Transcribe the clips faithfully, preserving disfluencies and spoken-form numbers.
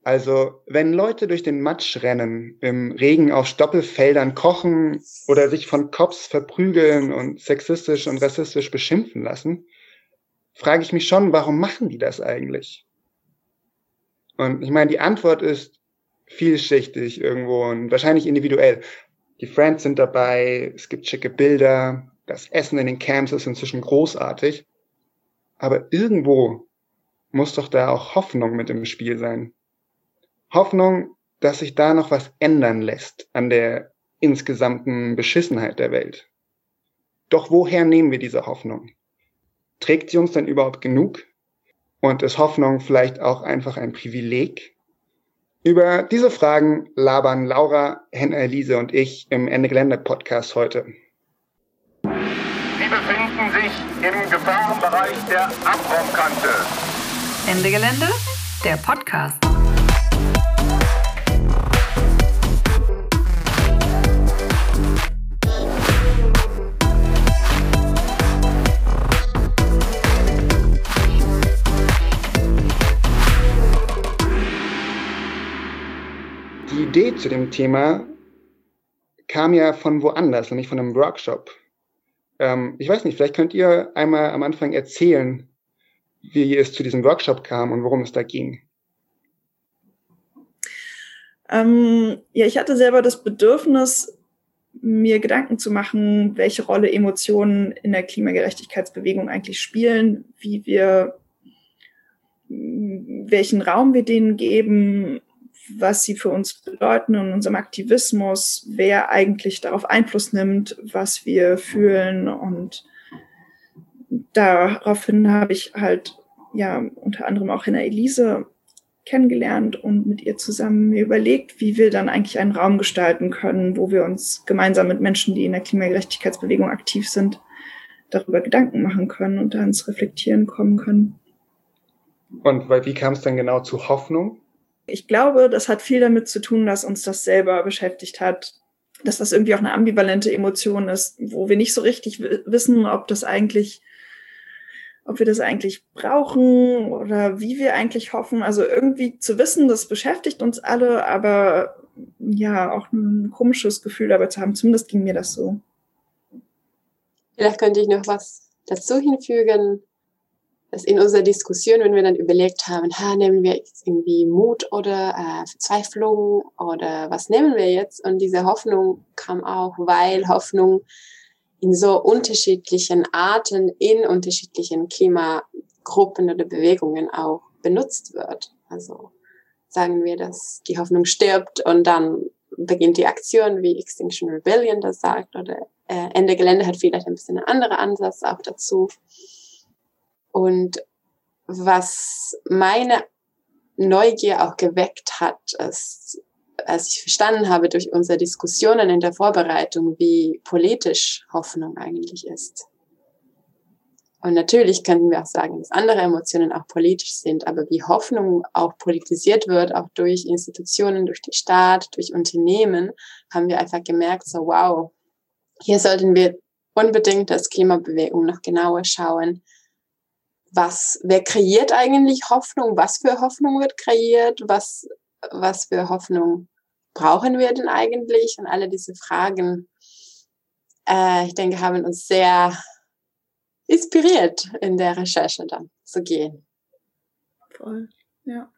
Also, wenn Leute durch den Matsch rennen, im Regen auf Stoppelfeldern kochen oder sich von Cops verprügeln und sexistisch und rassistisch beschimpfen lassen, frage ich mich schon, warum machen die das eigentlich? Und ich meine, die Antwort ist vielschichtig irgendwo und wahrscheinlich individuell. Die Friends sind dabei, es gibt schicke Bilder, das Essen in den Camps ist inzwischen großartig. Aber irgendwo muss doch da auch Hoffnung mit im Spiel sein. Hoffnung, dass sich da noch was ändern lässt an der insgesamten Beschissenheit der Welt. Doch woher nehmen wir diese Hoffnung? Trägt sie uns denn überhaupt genug? Und ist Hoffnung vielleicht auch einfach ein Privileg? Über diese Fragen labern Laura, Henna-Elise und ich im Ende Gelände Podcast heute. Sie befinden sich im Gefahrenbereich der Abraumkante. Ende Gelände, der Podcast. Die Idee zu dem Thema kam ja von woanders, nämlich von einem Workshop. Ähm, ich weiß nicht, vielleicht könnt ihr einmal am Anfang erzählen, wie es zu diesem Workshop kam und worum es da ging. Ähm, ja, ich hatte selber das Bedürfnis, mir Gedanken zu machen, welche Rolle Emotionen in der Klimagerechtigkeitsbewegung eigentlich spielen, wie wir, welchen Raum wir denen geben, was sie für uns bedeuten in unserem Aktivismus, wer eigentlich darauf Einfluss nimmt, was wir fühlen. Und daraufhin habe ich halt ja unter anderem auch Henna-Elise kennengelernt und mit ihr zusammen mir überlegt, wie wir dann eigentlich einen Raum gestalten können, wo wir uns gemeinsam mit Menschen, die in der Klimagerechtigkeitsbewegung aktiv sind, darüber Gedanken machen können und da ins Reflektieren kommen können. Und wie kam es dann genau zu Hoffnung? Ich glaube, das hat viel damit zu tun, dass uns das selber beschäftigt hat, dass das irgendwie auch eine ambivalente Emotion ist, wo wir nicht so richtig w- wissen, ob das eigentlich, ob wir das eigentlich brauchen oder wie wir eigentlich hoffen. Also irgendwie zu wissen, das beschäftigt uns alle, aber ja, auch ein komisches Gefühl dabei zu haben. Zumindest ging mir das so. Vielleicht könnte ich noch was dazu hinfügen, dass in unserer Diskussion, wenn wir dann überlegt haben, ha, nehmen wir jetzt irgendwie Mut oder äh, Verzweiflung oder was nehmen wir jetzt? Und diese Hoffnung kam auch, weil Hoffnung in so unterschiedlichen Arten, in unterschiedlichen Klimagruppen oder Bewegungen auch benutzt wird. Also sagen wir, dass die Hoffnung stirbt und dann beginnt die Aktion, wie Extinction Rebellion das sagt, oder äh, Ende Gelände hat vielleicht ein bisschen einen anderen Ansatz auch dazu. Und was meine Neugier auch geweckt hat, ist, als ich verstanden habe durch unsere Diskussionen in der Vorbereitung, wie politisch Hoffnung eigentlich ist. Und natürlich könnten wir auch sagen, dass andere Emotionen auch politisch sind, aber wie Hoffnung auch politisiert wird, auch durch Institutionen, durch den Staat, durch Unternehmen, haben wir einfach gemerkt, so wow, hier sollten wir unbedingt als Klimabewegung noch genauer schauen, was, wer kreiert eigentlich Hoffnung, was für Hoffnung wird kreiert, was, was für Hoffnung brauchen wir denn eigentlich? Und alle diese Fragen, äh, ich denke, haben uns sehr inspiriert, in der Recherche dann zu gehen. Voll, ja.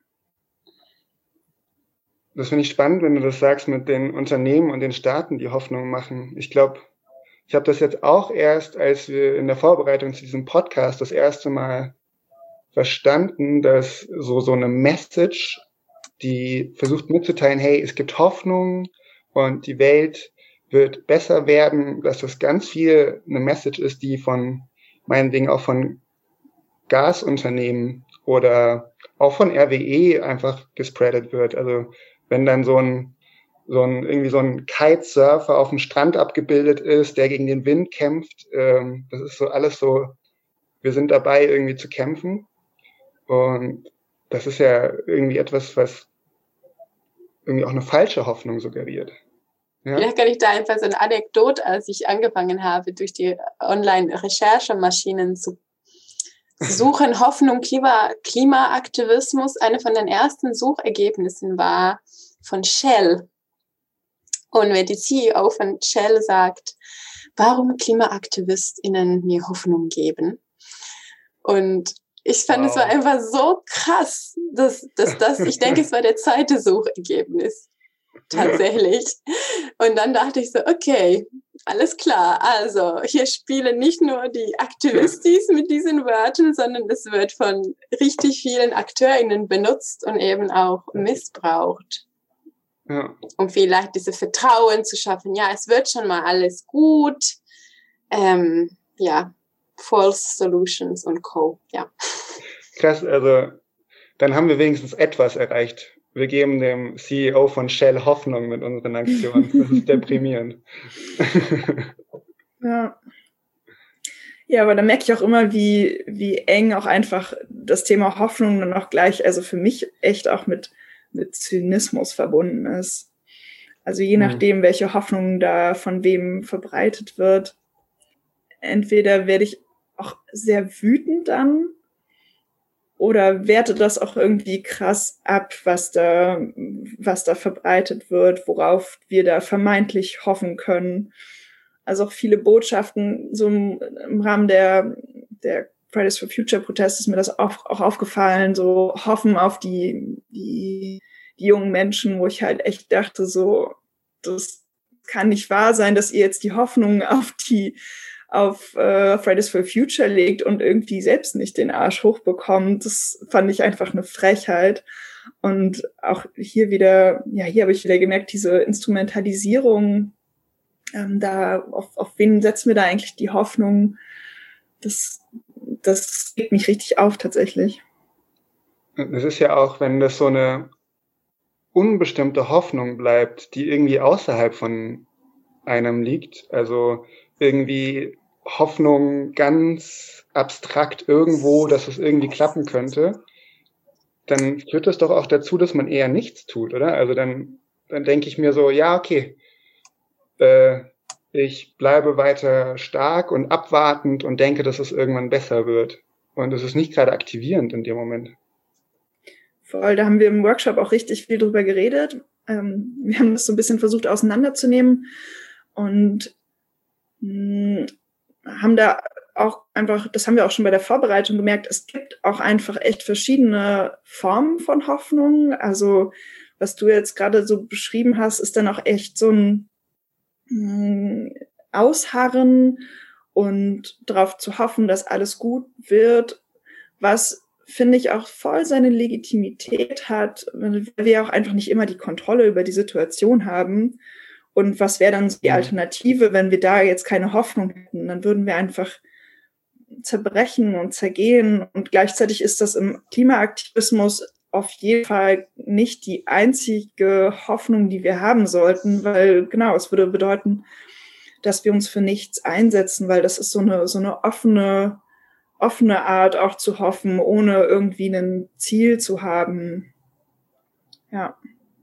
Das finde ich spannend, wenn du das sagst mit den Unternehmen und den Staaten, die Hoffnung machen. Ich glaube, ich habe das jetzt auch erst, als wir in der Vorbereitung zu diesem Podcast das erste Mal verstanden, dass so, so eine Message, die versucht mitzuteilen, hey, es gibt Hoffnung und die Welt wird besser werden, dass das ganz viel eine Message ist, die von meinetwegen auch von Gasunternehmen oder auch von R W E einfach gespreadet wird. Also wenn dann so ein so ein irgendwie so ein Kitesurfer auf dem Strand abgebildet ist, der gegen den Wind kämpft. Ähm, das ist so alles so, wir sind dabei, irgendwie zu kämpfen. Und das ist ja irgendwie etwas, was irgendwie auch eine falsche Hoffnung suggeriert. Ja? Vielleicht kann ich da einfach so eine Anekdote, als ich angefangen habe, durch die Online-Recherchemaschinen zu suchen Hoffnung, Klima, Klimaaktivismus. Eine von den ersten Suchergebnissen war von Shell. Und wenn die C E O von Shell sagt, warum KlimaaktivistInnen mir Hoffnung geben? Und ich fand, wow. Es war einfach so krass, dass, dass das, ich denke, es war der zweite Suchergebnis. Tatsächlich. Und dann dachte ich so, okay, alles klar. Also hier spielen nicht nur die Aktivistis mit diesen Wörtern, sondern es wird von richtig vielen AkteurInnen benutzt und eben auch missbraucht. Ja. Um vielleicht diese Vertrauen zu schaffen. Ja, es wird schon mal alles gut. Ähm, ja, False Solutions und Co. Ja. Krass, also dann haben wir wenigstens etwas erreicht. Wir geben dem C E O von Shell Hoffnung mit unseren Aktionen. Das ist deprimierend. Ja. Ja, aber da merke ich auch immer, wie, wie eng auch einfach das Thema Hoffnung dann auch gleich, also für mich echt auch mit, mit Zynismus verbunden ist. Also je nachdem, mhm. welche Hoffnung da von wem verbreitet wird, entweder werde ich auch sehr wütend dann oder werte das auch irgendwie krass ab, was da, was da verbreitet wird, worauf wir da vermeintlich hoffen können. Also auch viele Botschaften, so im, im Rahmen der, der Fridays for Future Proteste ist mir das auch, auch aufgefallen, so hoffen auf die, die, die jungen Menschen, wo ich halt echt dachte, so, das kann nicht wahr sein, dass ihr jetzt die Hoffnung auf die, auf äh, Fridays for Future legt und irgendwie selbst nicht den Arsch hochbekommt. Das fand ich einfach eine Frechheit. Und auch hier wieder, ja, hier habe ich wieder gemerkt, diese Instrumentalisierung, ähm, da, auf, auf wen setzen wir da eigentlich die Hoffnung? Das, das regt mich richtig auf, tatsächlich. Es ist ja auch, wenn das so eine unbestimmte Hoffnung bleibt, die irgendwie außerhalb von einem liegt, also irgendwie Hoffnung ganz abstrakt irgendwo, dass es irgendwie klappen könnte, dann führt das doch auch dazu, dass man eher nichts tut, oder? Also dann, dann denke ich mir so, ja, okay, äh, ich bleibe weiter stark und abwartend und denke, dass es irgendwann besser wird. Und es ist nicht gerade aktivierend in dem Moment. Voll, da haben wir im Workshop auch richtig viel drüber geredet. Ähm, wir haben das so ein bisschen versucht auseinanderzunehmen und mh, haben da auch einfach, das haben wir auch schon bei der Vorbereitung gemerkt, es gibt auch einfach echt verschiedene Formen von Hoffnung. Also was du jetzt gerade so beschrieben hast, ist dann auch echt so ein mh, Ausharren und darauf zu hoffen, dass alles gut wird, was finde ich auch voll seine Legitimität hat, weil wir auch einfach nicht immer die Kontrolle über die Situation haben. Und was wäre dann die Alternative, wenn wir da jetzt keine Hoffnung hätten? Dann würden wir einfach zerbrechen und zergehen. Und gleichzeitig ist das im Klimaaktivismus auf jeden Fall nicht die einzige Hoffnung, die wir haben sollten, weil genau, es würde bedeuten, dass wir uns für nichts einsetzen, weil das ist so eine, so eine offene, offene Art auch zu hoffen, ohne irgendwie ein Ziel zu haben. Ja.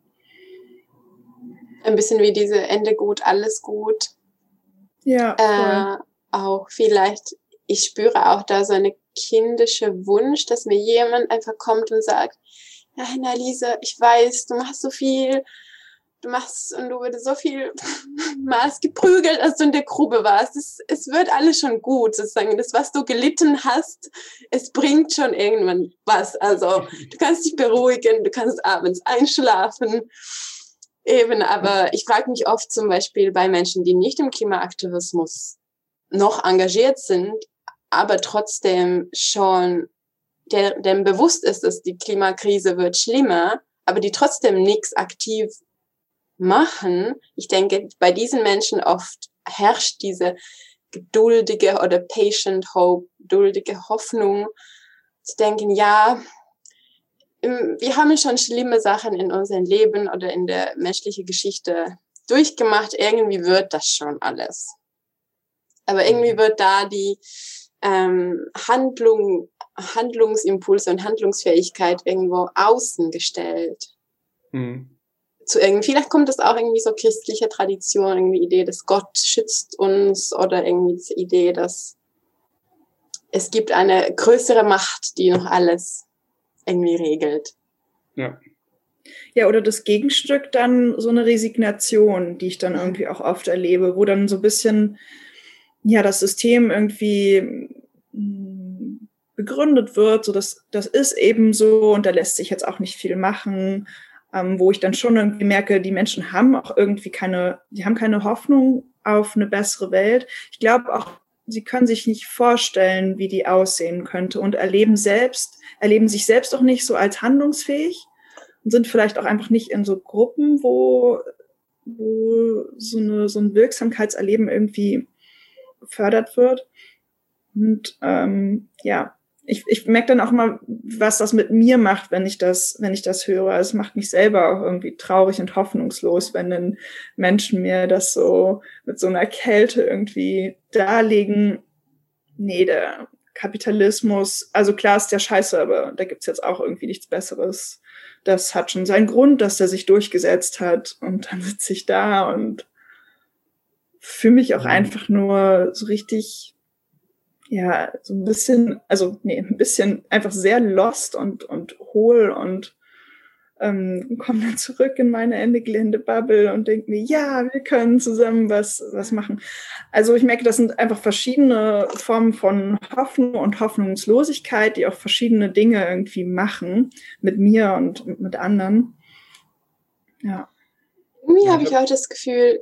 Ein bisschen wie diese Ende gut, alles gut. Ja, äh, auch vielleicht, ich spüre auch da so eine kindische Wunsch, dass mir jemand einfach kommt und sagt, ja, Annaliese, ich weiß, du machst so viel, du machst und du wurdest so viel mal geprügelt, als du in der Grube warst. Es, es wird alles schon gut, sozusagen. Das, was du gelitten hast, es bringt schon irgendwann was. Also du kannst dich beruhigen, du kannst abends einschlafen. Eben, aber ich frage mich oft zum Beispiel bei Menschen, die nicht im Klimaaktivismus noch engagiert sind, aber trotzdem schon der, dem bewusst ist, dass die Klimakrise wird schlimmer, aber die trotzdem nichts aktiv machen. Ich denke, bei diesen Menschen oft herrscht diese geduldige oder patient hope, geduldige Hoffnung, zu denken, ja, wir haben schon schlimme Sachen in unserem Leben oder in der menschlichen Geschichte durchgemacht. Irgendwie wird das schon alles. Aber irgendwie wird da die ähm, Handlung, Handlungsimpulse und Handlungsfähigkeit irgendwo außen gestellt. Mhm. Zu irgendwie, vielleicht kommt das auch irgendwie so christliche Tradition, irgendwie Idee, dass Gott schützt uns oder irgendwie diese Idee, dass es gibt eine größere Macht, die noch alles irgendwie regelt. Ja. Ja, oder das Gegenstück dann so eine Resignation, die ich dann irgendwie auch oft erlebe, wo dann so ein bisschen, ja, das System irgendwie mh, begründet wird, so dass das ist eben so und da lässt sich jetzt auch nicht viel machen, ähm, wo ich dann schon irgendwie merke, die Menschen haben auch irgendwie keine, die haben keine Hoffnung auf eine bessere Welt. Ich glaube auch, sie können sich nicht vorstellen, wie die aussehen könnte und erleben selbst, erleben sich selbst auch nicht so als handlungsfähig und sind vielleicht auch einfach nicht in so Gruppen, wo, wo so, eine, so ein Wirksamkeitserleben irgendwie gefördert wird. Und ähm, ja, ich, ich merke dann auch mal, was das mit mir macht, wenn ich das, wenn ich das höre. Es macht mich selber auch irgendwie traurig und hoffnungslos, wenn dann Menschen mir das so mit so einer Kälte irgendwie darlegen. Nee, der Kapitalismus, also klar ist der scheiße, aber da gibt's jetzt auch irgendwie nichts Besseres. Das hat schon seinen Grund, dass der sich durchgesetzt hat. Und dann sitze ich da und fühle mich auch einfach nur so richtig, ja, so ein bisschen, also nee, ein bisschen einfach sehr lost und und hohl und ähm, komme dann zurück in meine Ende Gelände-Bubble und denke mir, ja, wir können zusammen was was machen. Also ich merke, das sind einfach verschiedene Formen von Hoffnung und Hoffnungslosigkeit, die auch verschiedene Dinge irgendwie machen mit mir und mit anderen. Ja. Irgendwie ja, habe ich auch das Gefühl,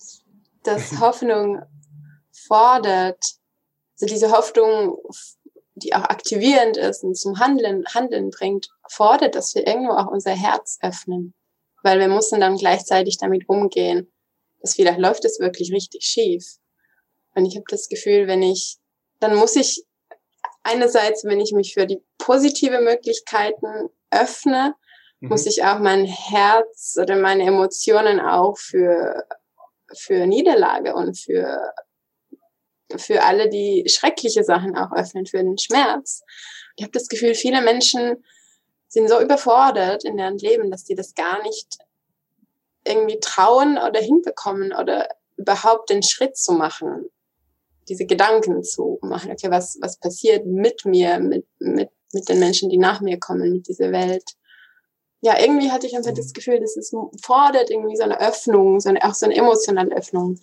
dass Hoffnung fordert, also diese Hoffnung, die auch aktivierend ist und zum Handeln, Handeln bringt, fordert, dass wir irgendwo auch unser Herz öffnen. Weil wir müssen dann gleichzeitig damit umgehen, dass vielleicht läuft es wirklich richtig schief. Und ich habe das Gefühl, wenn ich, dann muss ich einerseits, wenn ich mich für die positive Möglichkeiten öffne, mhm. muss ich auch mein Herz oder meine Emotionen auch für, für Niederlage und für für alle, die schreckliche Sachen auch öffnen, für den Schmerz. Ich habe das Gefühl, viele Menschen sind so überfordert in deren Leben, dass die das gar nicht irgendwie trauen oder hinbekommen oder überhaupt den Schritt zu machen, diese Gedanken zu machen. Okay, was was passiert mit mir, mit mit mit den Menschen, die nach mir kommen, mit dieser Welt? Ja, irgendwie hatte ich einfach das Gefühl, dass es fordert irgendwie so eine Öffnung, so eine, auch so eine emotionale Öffnung.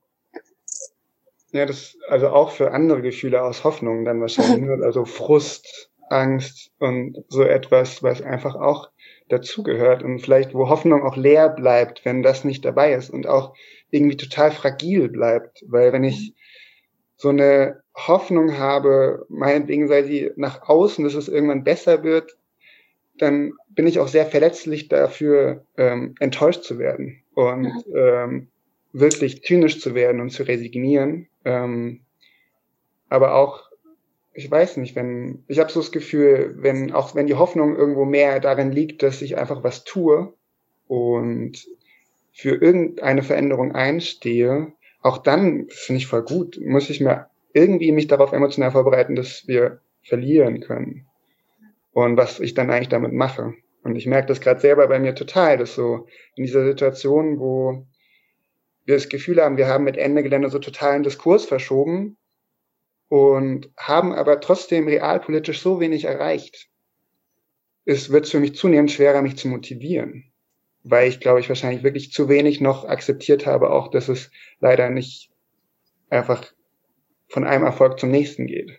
Ja, das, also auch für andere Gefühle aus Hoffnung dann wahrscheinlich, also Frust, Angst und so etwas, was einfach auch dazugehört und vielleicht, wo Hoffnung auch leer bleibt, wenn das nicht dabei ist und auch irgendwie total fragil bleibt, weil wenn ich so eine Hoffnung habe, meinetwegen sei sie nach außen, dass es irgendwann besser wird, dann bin ich auch sehr verletzlich dafür, ähm, enttäuscht zu werden und ähm, wirklich zynisch zu werden und zu resignieren. Ähm, aber auch, ich weiß nicht, wenn, ich habe so das Gefühl, wenn, auch wenn die Hoffnung irgendwo mehr darin liegt, dass ich einfach was tue und für irgendeine Veränderung einstehe, auch dann, das finde ich voll gut, muss ich mir irgendwie mich darauf emotional vorbereiten, dass wir verlieren können. Und was ich dann eigentlich damit mache. Und ich merke das gerade selber bei mir total, dass so in dieser Situation, wo wir das Gefühl haben, wir haben mit Ende Gelände so totalen Diskurs verschoben und haben aber trotzdem realpolitisch so wenig erreicht. Es wird für mich zunehmend schwerer, mich zu motivieren, weil ich, glaube ich, wahrscheinlich wirklich zu wenig noch akzeptiert habe, auch dass es leider nicht einfach von einem Erfolg zum nächsten geht.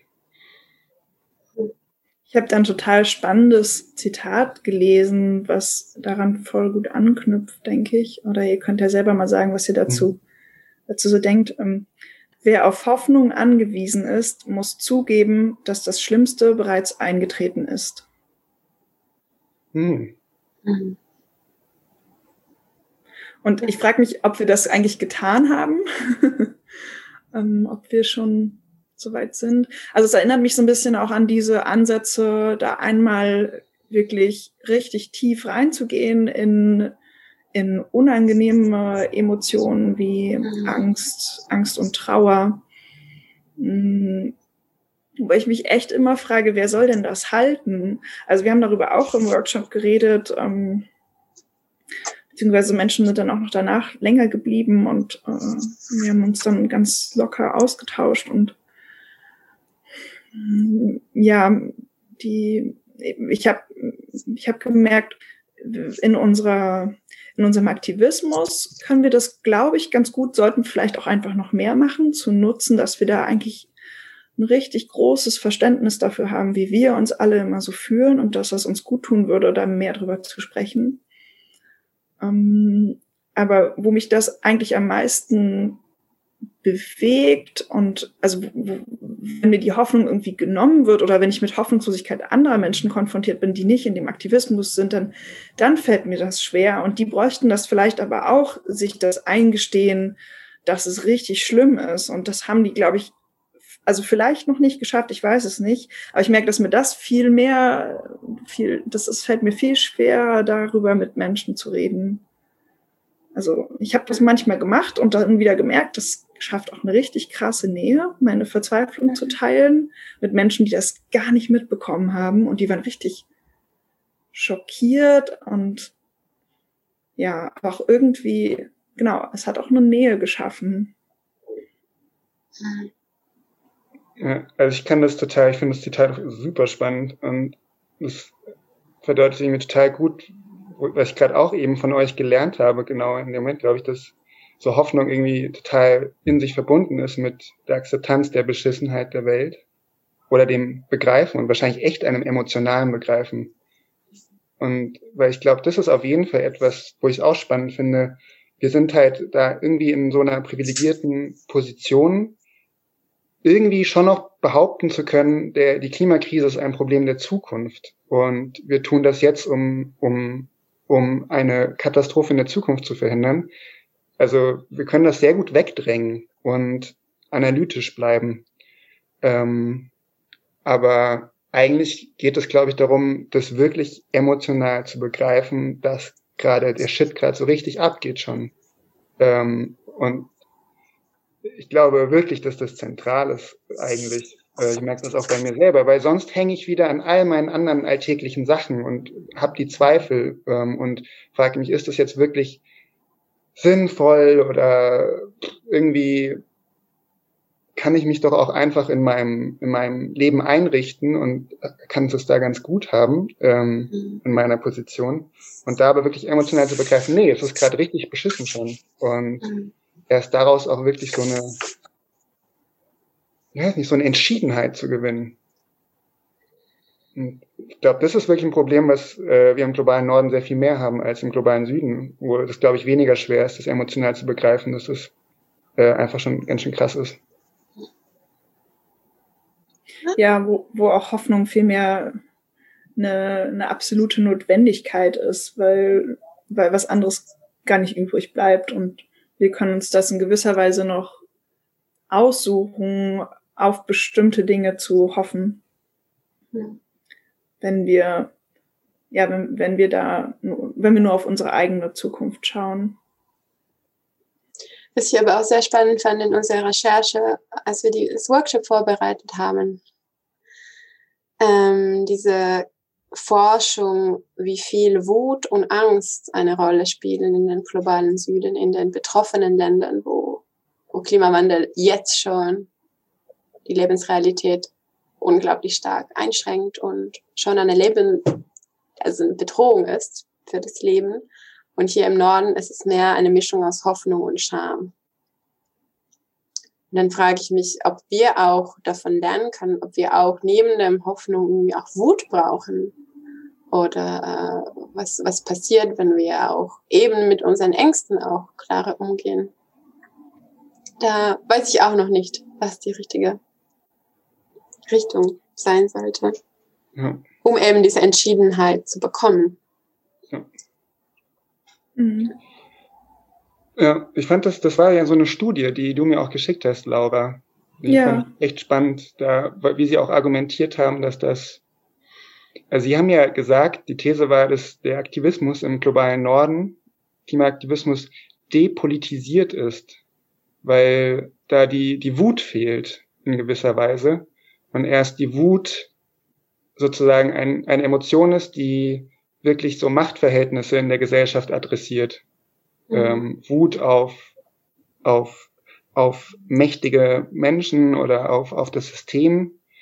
Ich habe dann ein total spannendes Zitat gelesen, was daran voll gut anknüpft, denke ich. Oder ihr könnt ja selber mal sagen, was ihr dazu, mhm. dazu so denkt. Ähm, wer auf Hoffnung angewiesen ist, muss zugeben, dass das Schlimmste bereits eingetreten ist. Mhm. Mhm. Und ich frage mich, ob wir das eigentlich getan haben. ähm, ob wir schon soweit sind. Also es erinnert mich so ein bisschen auch an diese Ansätze, da einmal wirklich richtig tief reinzugehen in, in unangenehme Emotionen wie Angst, Angst und Trauer. Wobei ich mich echt immer frage, wer soll denn das halten? Also wir haben darüber auch im Workshop geredet, ähm, beziehungsweise Menschen sind dann auch noch danach länger geblieben und äh, wir haben uns dann ganz locker ausgetauscht und ja, die, ich habe ich hab gemerkt, in unserer, in unserem Aktivismus können wir das, glaube ich, ganz gut, sollten vielleicht auch einfach noch mehr machen, zu nutzen, dass wir da eigentlich ein richtig großes Verständnis dafür haben, wie wir uns alle immer so fühlen und dass das uns gut tun würde, da mehr drüber zu sprechen. Ähm, aber wo mich das eigentlich am meisten bewegt und also wo, wenn mir die Hoffnung irgendwie genommen wird oder wenn ich mit Hoffnungslosigkeit anderer Menschen konfrontiert bin, die nicht in dem Aktivismus sind, dann, dann fällt mir das schwer. Und die bräuchten das vielleicht aber auch, sich das eingestehen, dass es richtig schlimm ist. Und das haben die, glaube ich, also vielleicht noch nicht geschafft, ich weiß es nicht. Aber ich merke, dass mir das viel mehr, viel, das ist, fällt mir viel schwer, darüber mit Menschen zu reden. Also ich habe das manchmal gemacht und dann wieder gemerkt, das schafft auch eine richtig krasse Nähe, meine Verzweiflung zu teilen mit Menschen, die das gar nicht mitbekommen haben und die waren richtig schockiert und ja, auch irgendwie, genau, es hat auch eine Nähe geschaffen. Ja, also ich kann das total, ich finde das total super spannend und das verdeutlicht mir total gut, was ich gerade auch eben von euch gelernt habe, genau in dem Moment, glaube ich, dass so Hoffnung irgendwie total in sich verbunden ist mit der Akzeptanz der Beschissenheit der Welt oder dem Begreifen und wahrscheinlich echt einem emotionalen Begreifen. Und weil ich glaube, das ist auf jeden Fall etwas, wo ich es auch spannend finde, wir sind halt da irgendwie in so einer privilegierten Position, irgendwie schon noch behaupten zu können, der, die Klimakrise ist ein Problem der Zukunft. Und wir tun das jetzt, um, um, um eine Katastrophe in der Zukunft zu verhindern. Also wir können das sehr gut wegdrängen und analytisch bleiben. Ähm, aber eigentlich geht es, glaube ich, darum, das wirklich emotional zu begreifen, dass gerade der Shit gerade so richtig abgeht schon. Ähm, und ich glaube wirklich, dass das zentral ist eigentlich. Äh, ich merke das auch bei mir selber, weil sonst hänge ich wieder an all meinen anderen alltäglichen Sachen und habe die Zweifel ähm, und frage mich, ist das jetzt wirklich sinnvoll oder irgendwie kann ich mich doch auch einfach in meinem in meinem Leben einrichten und kann es da ganz gut haben ähm, mhm. in meiner Position und da aber wirklich emotional zu begreifen, nee, es ist gerade richtig beschissen schon und mhm. erst daraus auch wirklich so eine, ja, nicht so eine Entschiedenheit zu gewinnen. Und ich glaube, das ist wirklich ein Problem, was äh, wir im globalen Norden sehr viel mehr haben als im globalen Süden, wo das, glaube ich, weniger schwer ist, das emotional zu begreifen, dass es äh, einfach schon ganz schön krass ist. Ja, wo, wo auch Hoffnung viel mehr eine, eine absolute Notwendigkeit ist, weil, weil was anderes gar nicht übrig bleibt und wir können uns das in gewisser Weise noch aussuchen, auf bestimmte Dinge zu hoffen. Ja. Wenn wir, ja, wenn, wenn wir da, wenn wir nur auf unsere eigene Zukunft schauen. Was ich aber auch sehr spannend fand in unserer Recherche, als wir das Workshop vorbereitet haben, ähm, diese Forschung, wie viel Wut und Angst eine Rolle spielen in den globalen Süden, in den betroffenen Ländern, wo, wo Klimawandel jetzt schon die Lebensrealität unglaublich stark einschränkt und schon eine Leben, also eine Bedrohung ist für das Leben. Und hier im Norden ist es mehr eine Mischung aus Hoffnung und Scham. Und dann frage ich mich, ob wir auch davon lernen können, ob wir auch neben der Hoffnung irgendwie auch Wut brauchen. Oder äh, was, was passiert, wenn wir auch eben mit unseren Ängsten auch klarer umgehen. Da weiß ich auch noch nicht, was die richtige Richtung sein sollte, ja. Um eben diese Entschiedenheit zu bekommen. Ja. Mhm. Ja, ich fand das, das war ja so eine Studie, die du mir auch geschickt hast, Laura. Die ja. fand ich echt spannend, da, wie sie auch argumentiert haben, dass das, also sie haben ja gesagt, die These war, dass der Aktivismus im globalen Norden, Klimaaktivismus, depolitisiert ist, weil da die, die Wut fehlt in gewisser Weise und erst die Wut sozusagen ein, eine Emotion ist, die wirklich so Machtverhältnisse in der Gesellschaft adressiert. Mhm. Ähm, Wut auf, auf, auf mächtige Menschen oder auf, auf das System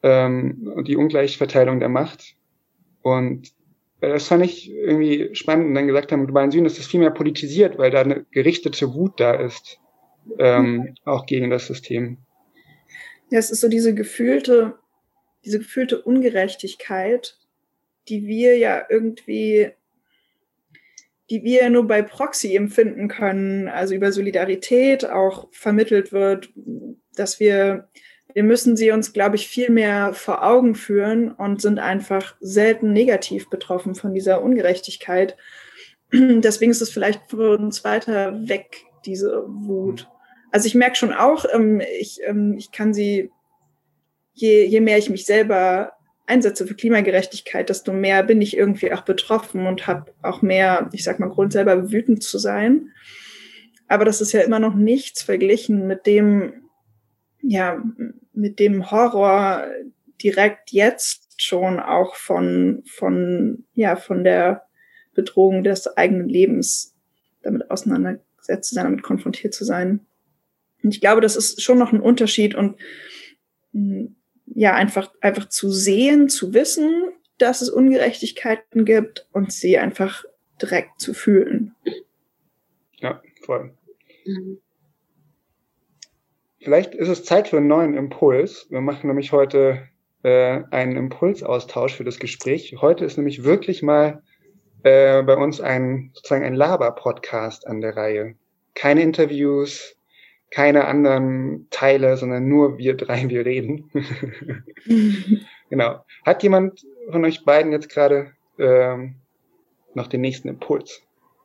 ähm, die Ungleichverteilung der Macht. Und äh, das fand ich irgendwie spannend. Und dann gesagt haben, im globalen Süden ist das viel mehr politisiert, weil da eine gerichtete Wut da ist, ähm, auch gegen das System. Ja, es ist so diese gefühlte, diese gefühlte Ungerechtigkeit, die wir ja irgendwie, die wir ja nur bei Proxy empfinden können, also über Solidarität auch vermittelt wird, dass wir, wir müssen sie uns, glaube ich, viel mehr vor Augen führen und sind einfach selten negativ betroffen von dieser Ungerechtigkeit. Deswegen ist es vielleicht für uns weiter weg, diese Wut. Also ich merke schon auch, ähm, ich, ähm, ich kann sie, je, je mehr ich mich selber einsetze für Klimagerechtigkeit, desto mehr bin ich irgendwie auch betroffen und habe auch mehr, ich sag mal, Grund selber wütend zu sein. Aber das ist ja immer noch nichts verglichen mit dem, ja, mit dem Horror direkt jetzt schon auch von, von, ja, von der Bedrohung des eigenen Lebens damit auseinandergesetzt zu sein, damit konfrontiert zu sein. Und ich glaube, das ist schon noch ein Unterschied und ja, einfach, einfach zu sehen, zu wissen, dass es Ungerechtigkeiten gibt und sie einfach direkt zu fühlen. Ja, voll. Mhm. Vielleicht ist es Zeit für einen neuen Impuls. Wir machen nämlich heute äh, einen Impulsaustausch für das Gespräch. Heute ist nämlich wirklich mal äh, bei uns ein sozusagen ein Laber-Podcast an der Reihe. Keine Interviews, keine anderen Teile, sondern nur wir drei, wir reden. Genau. Hat jemand von euch beiden jetzt gerade ähm, noch den nächsten Impuls?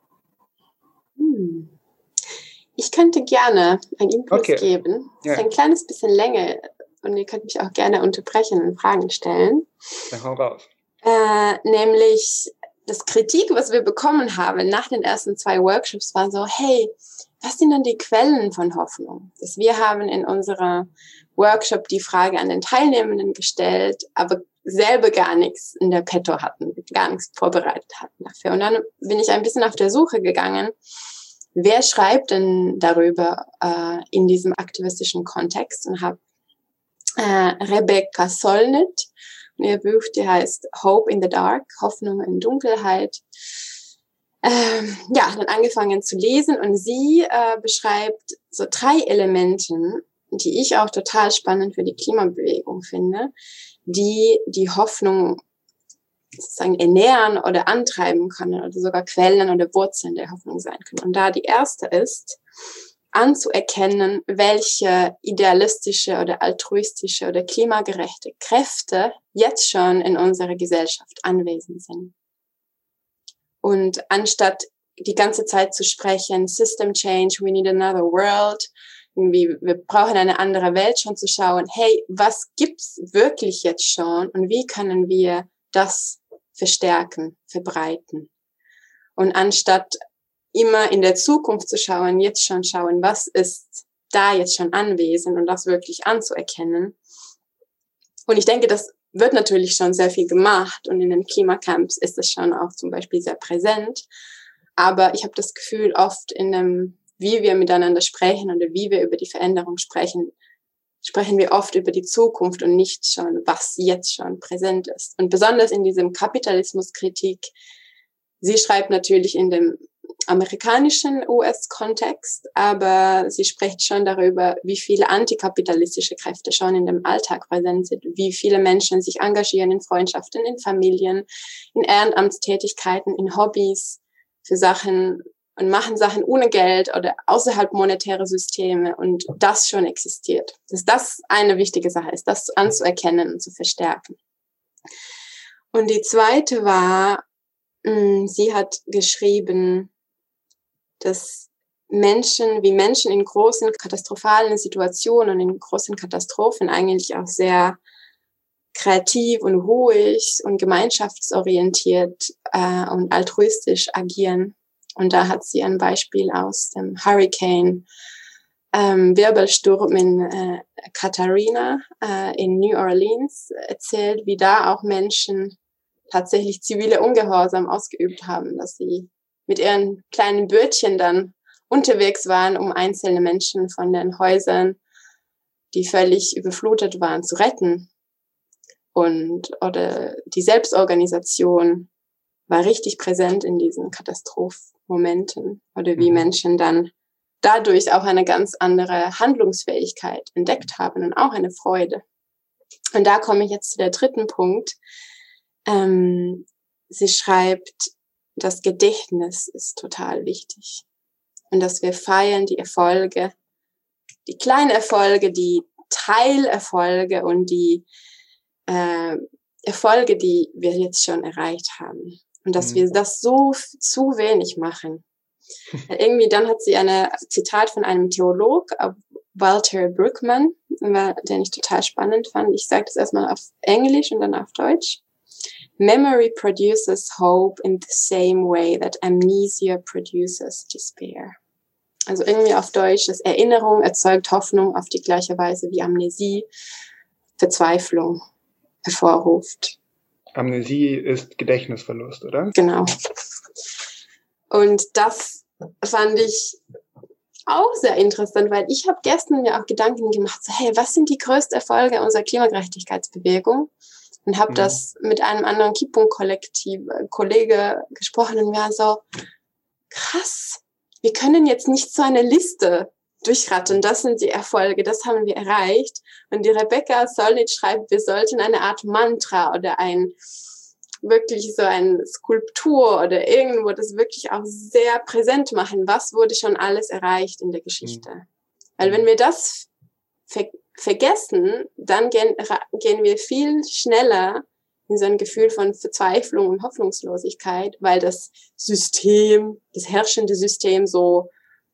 Hm. Ich könnte gerne einen Impuls okay. geben. Das ja. ist ein kleines bisschen länger und ihr könnt mich auch gerne unterbrechen und Fragen stellen. Dann hau raus. Äh, nämlich das Kritik, was wir bekommen haben nach den ersten zwei Workshops, war so, hey, was sind denn die Quellen von Hoffnung? Das wir haben in unserer Workshop die Frage an den Teilnehmenden gestellt, aber selber gar nichts in der Petto hatten, gar nichts vorbereitet hatten dafür. Und dann bin ich ein bisschen auf der Suche gegangen, wer schreibt denn darüber äh, in diesem aktivistischen Kontext und habe äh, Rebecca Solnit und ihr Buch, die heißt Hope in the Dark, Hoffnung in Dunkelheit. Ähm, ja, dann angefangen zu lesen und sie äh, beschreibt so drei Elementen, die ich auch total spannend für die Klimabewegung finde, die die Hoffnung sozusagen ernähren oder antreiben können oder sogar Quellen oder Wurzeln der Hoffnung sein können. Und da die erste ist, anzuerkennen, welche idealistische oder altruistische oder klimagerechte Kräfte jetzt schon in unserer Gesellschaft anwesend sind. Und anstatt die ganze Zeit zu sprechen, System Change, we need another world, irgendwie, wir brauchen eine andere Welt, schon zu schauen, hey, was gibt's wirklich jetzt schon und wie können wir das verstärken, verbreiten? Und anstatt immer in der Zukunft zu schauen, jetzt schon schauen, was ist da jetzt schon anwesend und das wirklich anzuerkennen. Und ich denke, das wird natürlich schon sehr viel gemacht und in den Klimacamps ist es schon auch zum Beispiel sehr präsent. Aber ich habe das Gefühl, oft in dem, wie wir miteinander sprechen oder wie wir über die Veränderung sprechen, sprechen wir oft über die Zukunft und nicht schon, was jetzt schon präsent ist. Und besonders in diesem Kapitalismuskritik, sie schreibt natürlich in dem amerikanischen U S-Kontext, aber sie spricht schon darüber, wie viele antikapitalistische Kräfte schon in dem Alltag präsent sind, wie viele Menschen sich engagieren in Freundschaften, in Familien, in Ehrenamtstätigkeiten, in Hobbys, für Sachen und machen Sachen ohne Geld oder außerhalb monetärer Systeme und das schon existiert. Dass das eine wichtige Sache ist, das anzuerkennen und zu verstärken. Und die zweite war, mh, sie hat geschrieben, dass Menschen, wie Menschen in großen katastrophalen Situationen und in großen Katastrophen eigentlich auch sehr kreativ und ruhig und gemeinschaftsorientiert äh, und altruistisch agieren. Und da hat sie ein Beispiel aus dem Hurricane ähm, Wirbelsturm in äh, Katrina äh, in New Orleans erzählt, wie da auch Menschen tatsächlich zivile Ungehorsam ausgeübt haben, dass sie mit ihren kleinen Bötchen dann unterwegs waren, um einzelne Menschen von den Häusern, die völlig überflutet waren, zu retten. und oder die Selbstorganisation war richtig präsent in diesen Katastrophenmomenten oder wie Menschen dann dadurch auch eine ganz andere Handlungsfähigkeit entdeckt haben und auch eine Freude. Und da komme ich jetzt zu der dritten Punkt. Ähm, sie schreibt, das Gedächtnis ist total wichtig und dass wir feiern die Erfolge, die kleinen Erfolge, die Teilerfolge und die äh, Erfolge, die wir jetzt schon erreicht haben. Und dass mhm. wir das so zu wenig machen. Irgendwie, dann hat sie eine Zitat von einem Theolog, Walter Brueggemann, den ich total spannend fand. Ich sage das erstmal auf Englisch und dann auf Deutsch. Memory produces hope in the same way that amnesia produces despair. Also irgendwie auf Deutsch, dass Erinnerung erzeugt Hoffnung auf die gleiche Weise wie Amnesie Verzweiflung hervorruft. Amnesie ist Gedächtnisverlust, oder? Genau. Und das fand ich auch sehr interessant, weil ich habe gestern mir auch Gedanken gemacht, so, hey, was sind die größten Erfolge unserer Klimagerechtigkeitsbewegung? Und habe mhm. das mit einem anderen Kippung-Kollektiv, äh, Kollege gesprochen und wir waren so, krass, wir können jetzt nicht so eine Liste durchrattern, das sind die Erfolge, das haben wir erreicht. Und die Rebecca Solnit schreibt, wir sollten eine Art Mantra oder ein wirklich so eine Skulptur oder irgendwo das wirklich auch sehr präsent machen. Was wurde schon alles erreicht in der Geschichte? Mhm. Weil wenn wir das ver- vergessen, dann gehen, ra- gehen wir viel schneller in so ein Gefühl von Verzweiflung und Hoffnungslosigkeit, weil das System, das herrschende System so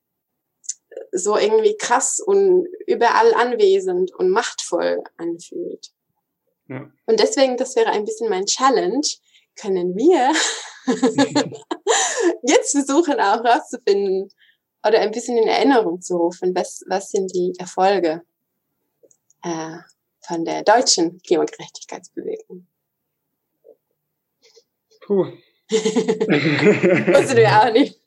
so irgendwie krass und überall anwesend und machtvoll anfühlt. Ja. Und deswegen, das wäre ein bisschen mein Challenge, können wir jetzt versuchen auch rauszufinden oder ein bisschen in Erinnerung zu rufen, was, was sind die Erfolge äh, von der deutschen Klimagerechtigkeitsbewegung. Puh. Wussten wir auch nicht.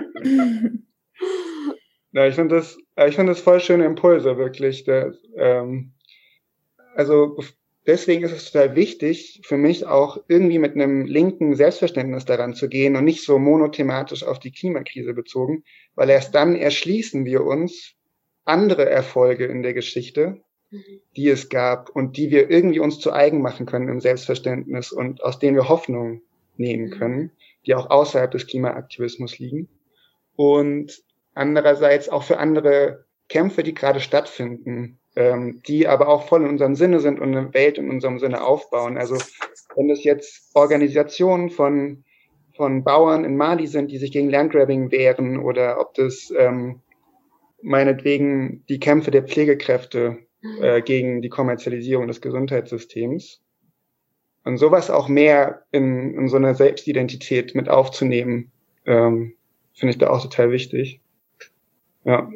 Ja, ich finde das, ich finde das voll schöne Impulse, wirklich. Der, ähm, also deswegen ist es total wichtig für mich auch irgendwie mit einem linken Selbstverständnis daran zu gehen und nicht so monothematisch auf die Klimakrise bezogen, weil erst dann erschließen wir uns andere Erfolge in der Geschichte, die es gab und die wir irgendwie uns zu eigen machen können im Selbstverständnis und aus denen wir Hoffnung nehmen können, die auch außerhalb des Klimaaktivismus liegen. Und andererseits auch für andere Kämpfe, die gerade stattfinden, ähm, die aber auch voll in unserem Sinne sind und eine Welt in unserem Sinne aufbauen. Also wenn es jetzt Organisationen von von Bauern in Mali sind, die sich gegen Landgrabbing wehren, oder ob das ähm, meinetwegen die Kämpfe der Pflegekräfte äh, gegen die Kommerzialisierung des Gesundheitssystems. Und sowas auch mehr in, in so eine Selbstidentität mit aufzunehmen, ähm, finde ich da auch total wichtig. Ja.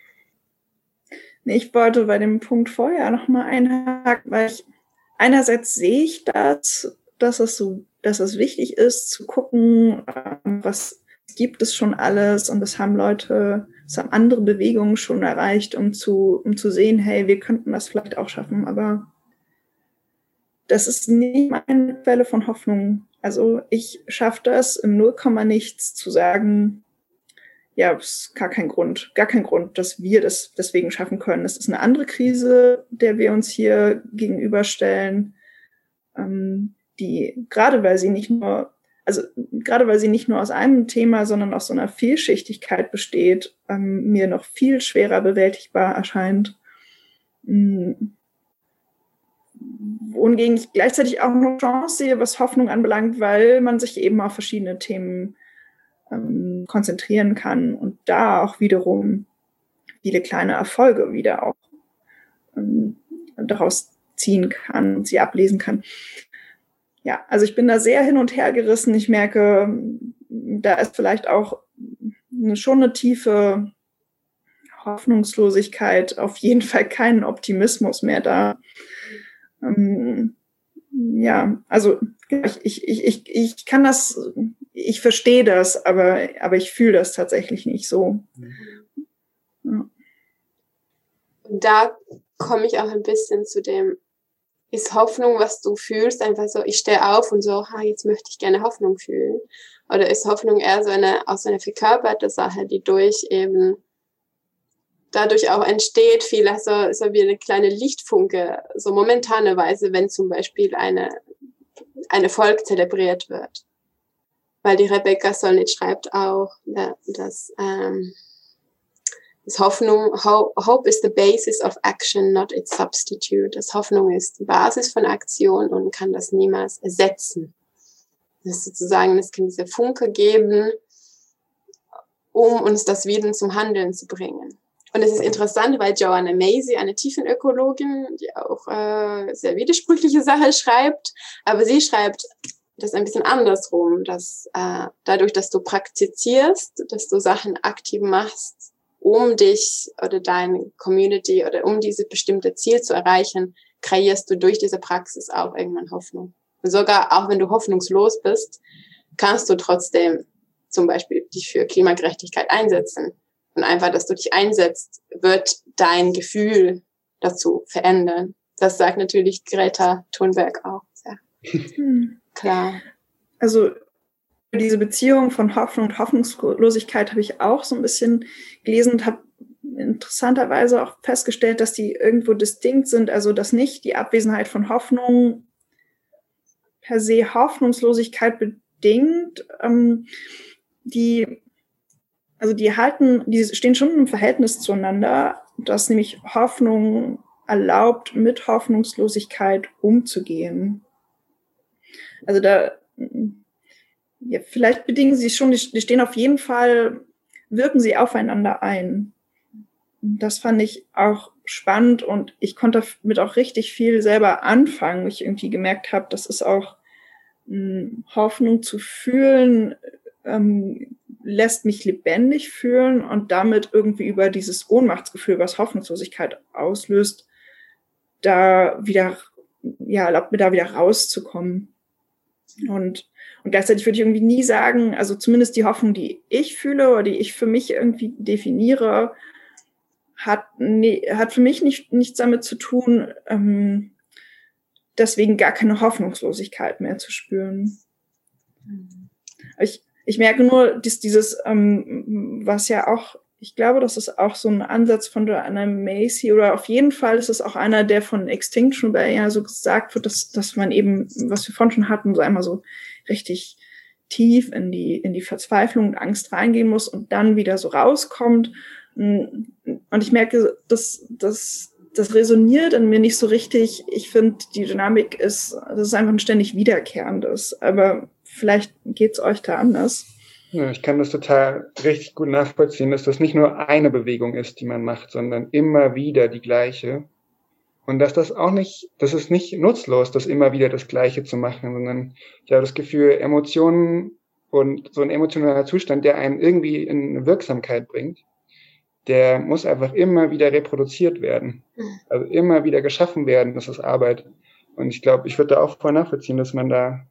Ich wollte bei dem Punkt vorher nochmal einhaken, weil ich einerseits sehe ich das, dass es so, dass es wichtig ist, zu gucken, was gibt es schon alles, und das haben Leute, das haben andere Bewegungen schon erreicht, um zu, um zu sehen, hey, wir könnten das vielleicht auch schaffen, aber das ist nicht meine Quelle von Hoffnung. Also ich schaffe das im Nullkomma nichts zu sagen, ja, es ist gar kein Grund, gar kein Grund, dass wir das deswegen schaffen können. Es ist eine andere Krise, der wir uns hier gegenüberstellen, ähm, die, gerade weil sie nicht nur, also gerade weil sie nicht nur aus einem Thema, sondern aus so einer Vielschichtigkeit besteht, ähm, mir noch viel schwerer bewältigbar erscheint. Mhm. Wohingegen ich gleichzeitig auch noch Chance sehe, was Hoffnung anbelangt, weil man sich eben auf verschiedene Themen ähm, konzentrieren kann und da auch wiederum viele kleine Erfolge wieder auch ähm, daraus ziehen kann und sie ablesen kann. Ja, also ich bin da sehr hin und her gerissen. Ich merke, da ist vielleicht auch eine, schon eine tiefe Hoffnungslosigkeit, auf jeden Fall kein Optimismus mehr da. Ähm, ja, also ich, ich, ich, ich kann das, ich verstehe das, aber, aber ich fühle das tatsächlich nicht so. Ja. Und da komme ich auch ein bisschen zu dem, ist Hoffnung, was du fühlst, einfach so, ich stehe auf und so, ha, jetzt möchte ich gerne Hoffnung fühlen? Oder ist Hoffnung eher so eine, auch so eine verkörperte Sache, die durch eben, dadurch auch entsteht, vielleicht so, so wie eine kleine Lichtfunke, so momentane Weise, wenn zum Beispiel eine, ein Erfolg zelebriert wird. Weil die Rebecca Solnit schreibt auch, dass, ähm, dass Hoffnung, Hope is the basis of action, not its substitute. Dass Hoffnung ist die Basis von Aktion und kann das niemals ersetzen. Das ist sozusagen, es kann diese Funke geben, um uns das wieder zum Handeln zu bringen. Und es ist interessant, weil Joanna Macy, eine Tiefenökologin, die auch äh, sehr widersprüchliche Sachen schreibt, aber sie schreibt das ein bisschen andersrum, dass äh, dadurch, dass du praktizierst, dass du Sachen aktiv machst, um dich oder deine Community oder um dieses bestimmte Ziel zu erreichen, kreierst du durch diese Praxis auch irgendwann Hoffnung. Und sogar auch wenn du hoffnungslos bist, kannst du trotzdem zum Beispiel dich für Klimagerechtigkeit einsetzen. Und einfach, dass du dich einsetzt, wird dein Gefühl dazu verändern. Das sagt natürlich Greta Thunberg auch sehr klar. Also diese Beziehung von Hoffnung und Hoffnungslosigkeit habe ich auch so ein bisschen gelesen und habe interessanterweise auch festgestellt, dass die irgendwo distinkt sind. Also dass nicht die Abwesenheit von Hoffnung per se Hoffnungslosigkeit bedingt. Ähm, die Also die halten, die stehen schon im Verhältnis zueinander, dass nämlich Hoffnung erlaubt, mit Hoffnungslosigkeit umzugehen. Also da, ja, vielleicht bedingen sie schon, die stehen auf jeden Fall, wirken sie aufeinander ein. Das fand ich auch spannend und ich konnte damit auch richtig viel selber anfangen, wo ich irgendwie gemerkt habe, das ist auch mh, Hoffnung zu fühlen, ähm, lässt mich lebendig fühlen und damit irgendwie über dieses Ohnmachtsgefühl, was Hoffnungslosigkeit auslöst, da wieder, ja, erlaubt mir da wieder rauszukommen. Und, und gleichzeitig würde ich irgendwie nie sagen, also zumindest die Hoffnung, die ich fühle oder die ich für mich irgendwie definiere, hat, nee, hat für mich nicht, nichts damit zu tun, ähm, deswegen gar keine Hoffnungslosigkeit mehr zu spüren. Ich, Ich merke nur, dass dieses, ähm, was ja auch, ich glaube, das ist auch so ein Ansatz von Joanna Macy oder auf jeden Fall ist es auch einer, der von Extinction Rebellion ja so gesagt wird, dass, dass man eben, was wir vorhin schon hatten, so einmal so richtig tief in die, in die Verzweiflung und Angst reingehen muss und dann wieder so rauskommt. Und ich merke, dass, dass, das resoniert in mir nicht so richtig. Ich finde, die Dynamik ist, das ist einfach ein ständig Wiederkehrendes, aber vielleicht geht's euch da anders. Ja, ich kann das total richtig gut nachvollziehen, dass das nicht nur eine Bewegung ist, die man macht, sondern immer wieder die gleiche. Und dass das auch nicht, das ist nicht nutzlos, das immer wieder das Gleiche zu machen, sondern ich habe das Gefühl, Emotionen und so ein emotionaler Zustand, der einen irgendwie in eine Wirksamkeit bringt, der muss einfach immer wieder reproduziert werden. Also immer wieder geschaffen werden, das ist Arbeit. Und ich glaube, ich würde da auch voll nachvollziehen, dass man da,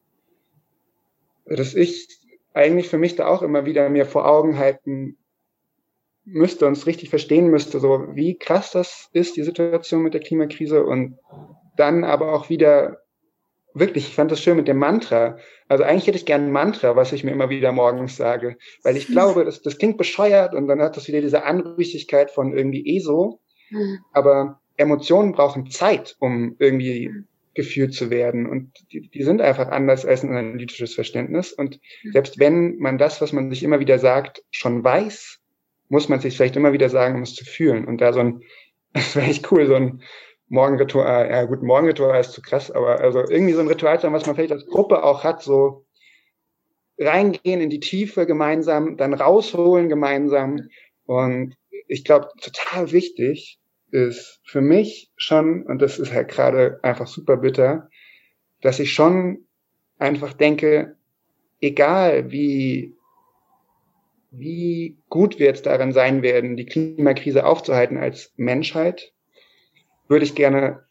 dass ich eigentlich für mich da auch immer wieder mir vor Augen halten müsste und es richtig verstehen müsste, so wie krass das ist, die Situation mit der Klimakrise und dann aber auch wieder wirklich, ich fand das schön mit dem Mantra. Also eigentlich hätte ich gerne ein Mantra, was ich mir immer wieder morgens sage, weil ich glaube, das, das klingt bescheuert und dann hat das wieder diese Anrüchigkeit von irgendwie eh so, aber Emotionen brauchen Zeit, um irgendwie gefühlt zu werden und die, die sind einfach anders als ein analytisches Verständnis und selbst wenn man das, was man sich immer wieder sagt, schon weiß, muss man sich vielleicht immer wieder sagen, um es zu fühlen und da so ein, das wäre echt cool, so ein Morgenritual, ja gut, Morgenritual ist zu krass, aber also irgendwie so ein Ritual, was man vielleicht als Gruppe auch hat, so reingehen in die Tiefe gemeinsam, dann rausholen gemeinsam und ich glaube, total wichtig ist für mich schon, und das ist halt gerade einfach super bitter, dass ich schon einfach denke, egal wie, wie gut wir jetzt darin sein werden, die Klimakrise aufzuhalten als Menschheit, würde ich gerne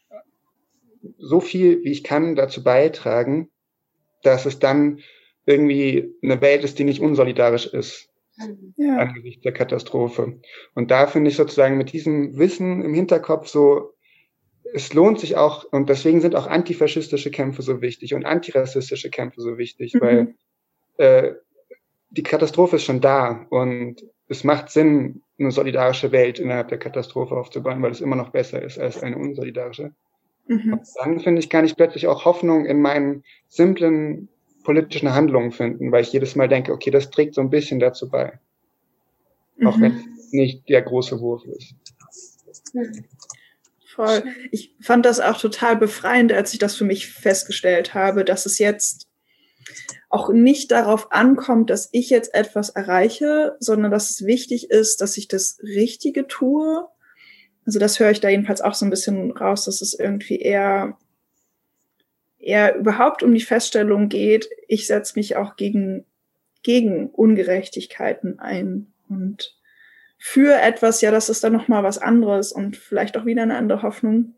so viel, wie ich kann, dazu beitragen, dass es dann irgendwie eine Welt ist, die nicht unsolidarisch ist. Ja. Angesichts der Katastrophe. Und da finde ich sozusagen mit diesem Wissen im Hinterkopf so es lohnt sich auch, und deswegen sind auch antifaschistische Kämpfe so wichtig und antirassistische Kämpfe so wichtig, mhm. weil äh, die Katastrophe ist schon da und es macht Sinn, eine solidarische Welt innerhalb der Katastrophe aufzubauen, weil es immer noch besser ist als eine unsolidarische. Mhm. Und dann, finde ich, kann ich plötzlich auch Hoffnung in meinen simplen politischen Handlungen finden, weil ich jedes Mal denke, okay, das trägt so ein bisschen dazu bei. Mhm. Auch wenn es nicht der große Wurf ist. Mhm. Voll. Ich fand das auch total befreiend, als ich das für mich festgestellt habe, dass es jetzt auch nicht darauf ankommt, dass ich jetzt etwas erreiche, sondern dass es wichtig ist, dass ich das Richtige tue. Also das höre ich da jedenfalls auch so ein bisschen raus, dass es irgendwie eher, eher überhaupt um die Feststellung geht, ich setze mich auch gegen, gegen Ungerechtigkeiten ein und für etwas, ja, das ist dann nochmal was anderes und vielleicht auch wieder eine andere Hoffnung.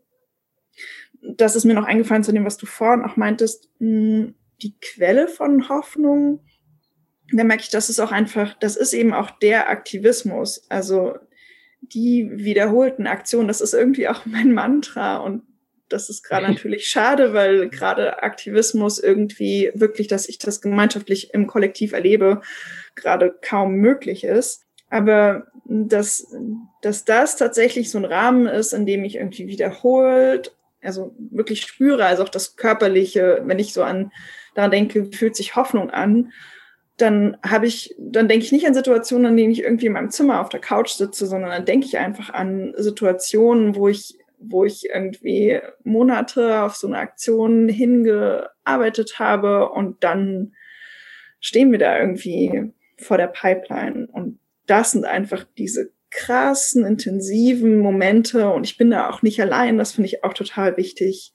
Das ist mir noch eingefallen zu dem, was du vorhin auch meintest, mh, die Quelle von Hoffnung. Da merke ich, das ist auch einfach, das ist eben auch der Aktivismus, also die wiederholten Aktionen, das ist irgendwie auch mein Mantra und das ist gerade natürlich schade, weil gerade Aktivismus irgendwie wirklich, dass ich das gemeinschaftlich im Kollektiv erlebe, gerade kaum möglich ist. Aber dass, dass das tatsächlich so ein Rahmen ist, in dem ich irgendwie wiederholt, also wirklich spüre, also auch das Körperliche, wenn ich so an daran denke, fühlt sich Hoffnung an, dann habe ich, dann denke ich nicht an Situationen, in denen ich irgendwie in meinem Zimmer auf der Couch sitze, sondern dann denke ich einfach an Situationen, wo ich, wo ich irgendwie Monate auf so eine Aktion hingearbeitet habe und dann stehen wir da irgendwie vor der Pipeline und das sind einfach diese krassen, intensiven Momente und ich bin da auch nicht allein, das finde ich auch total wichtig,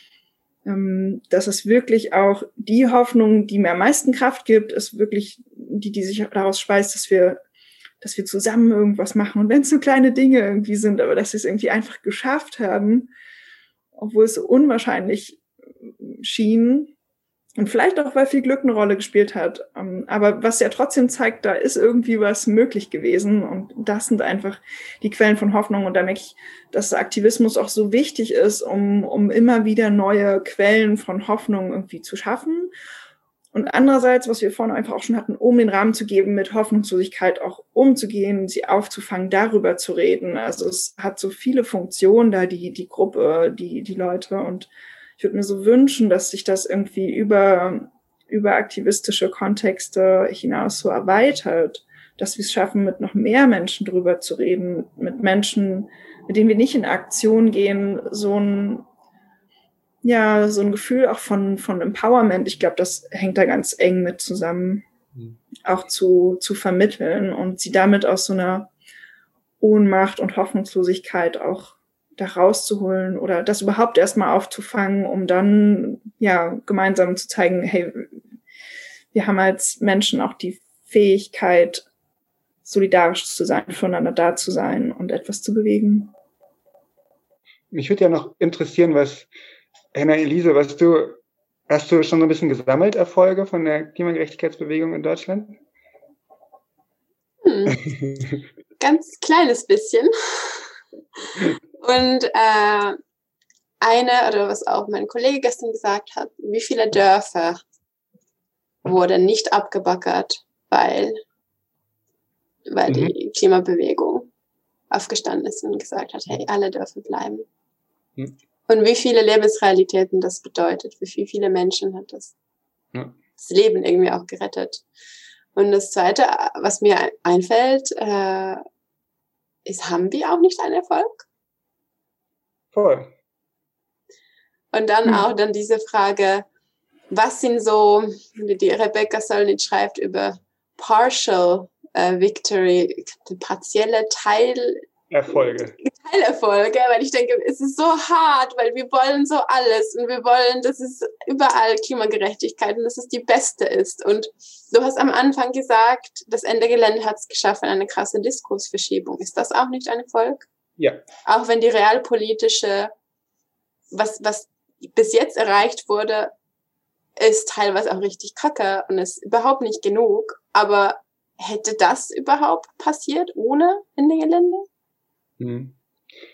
ähm, dass es wirklich auch die Hoffnung, die mir am meisten Kraft gibt, ist wirklich die, die sich daraus speist, dass wir, dass wir zusammen irgendwas machen und wenn es so kleine Dinge irgendwie sind, aber dass wir es irgendwie einfach geschafft haben, obwohl es so unwahrscheinlich schien. Und vielleicht auch, weil viel Glück eine Rolle gespielt hat. Aber was ja trotzdem zeigt, da ist irgendwie was möglich gewesen. Und das sind einfach die Quellen von Hoffnung. Und da merke ich, dass Aktivismus auch so wichtig ist, um, um immer wieder neue Quellen von Hoffnung irgendwie zu schaffen. Und andererseits, was wir vorhin einfach auch schon hatten, um den Rahmen zu geben, mit Hoffnungslosigkeit auch umzugehen, sie aufzufangen, darüber zu reden. Also es hat so viele Funktionen da, die, die Gruppe, die, die Leute. Und ich würde mir so wünschen, dass sich das irgendwie über, über aktivistische Kontexte hinaus so erweitert, dass wir es schaffen, mit noch mehr Menschen drüber zu reden, mit Menschen, mit denen wir nicht in Aktion gehen, so ein, ja, so ein Gefühl auch von, von Empowerment. Ich glaube, das hängt da ganz eng mit zusammen, mhm. auch zu, zu vermitteln und sie damit aus so einer Ohnmacht und Hoffnungslosigkeit auch da rauszuholen oder das überhaupt erstmal aufzufangen, um dann ja gemeinsam zu zeigen, hey, wir haben als Menschen auch die Fähigkeit, solidarisch zu sein, füreinander da zu sein und etwas zu bewegen. Mich würde ja noch interessieren, was, Henna Elise, was du, hast du schon so ein bisschen gesammelt, Erfolge von der Klimagerechtigkeitsbewegung in Deutschland? Hm. Ganz kleines bisschen. Und äh, eine, oder was auch mein Kollege gestern gesagt hat, wie viele Dörfer wurden nicht abgebaggert, weil, weil mhm. die Klimabewegung aufgestanden ist und gesagt hat, hey, alle Dörfer bleiben. Mhm. Und wie viele Lebensrealitäten das bedeutet, für wie viele Menschen hat das, ja. das Leben irgendwie auch gerettet. Und das Zweite, was mir einfällt, äh, ist, haben wir auch nicht einen Erfolg? Voll. Und dann hm. auch dann diese Frage, was sind so, die Rebecca Solnit schreibt über partial uh, victory, partielle Teil Erfolge. Teilerfolge, weil ich denke, es ist so hart, weil wir wollen so alles und wir wollen, dass es überall Klimagerechtigkeit und dass es die beste ist. Und du hast am Anfang gesagt, das Ende Gelände hat es geschaffen, eine krasse Diskursverschiebung. Ist das auch nicht ein Erfolg? Ja. Auch wenn die realpolitische, was, was bis jetzt erreicht wurde, ist teilweise auch richtig kacke und ist überhaupt nicht genug. Aber hätte das überhaupt passiert ohne Ende Gelände? Hm.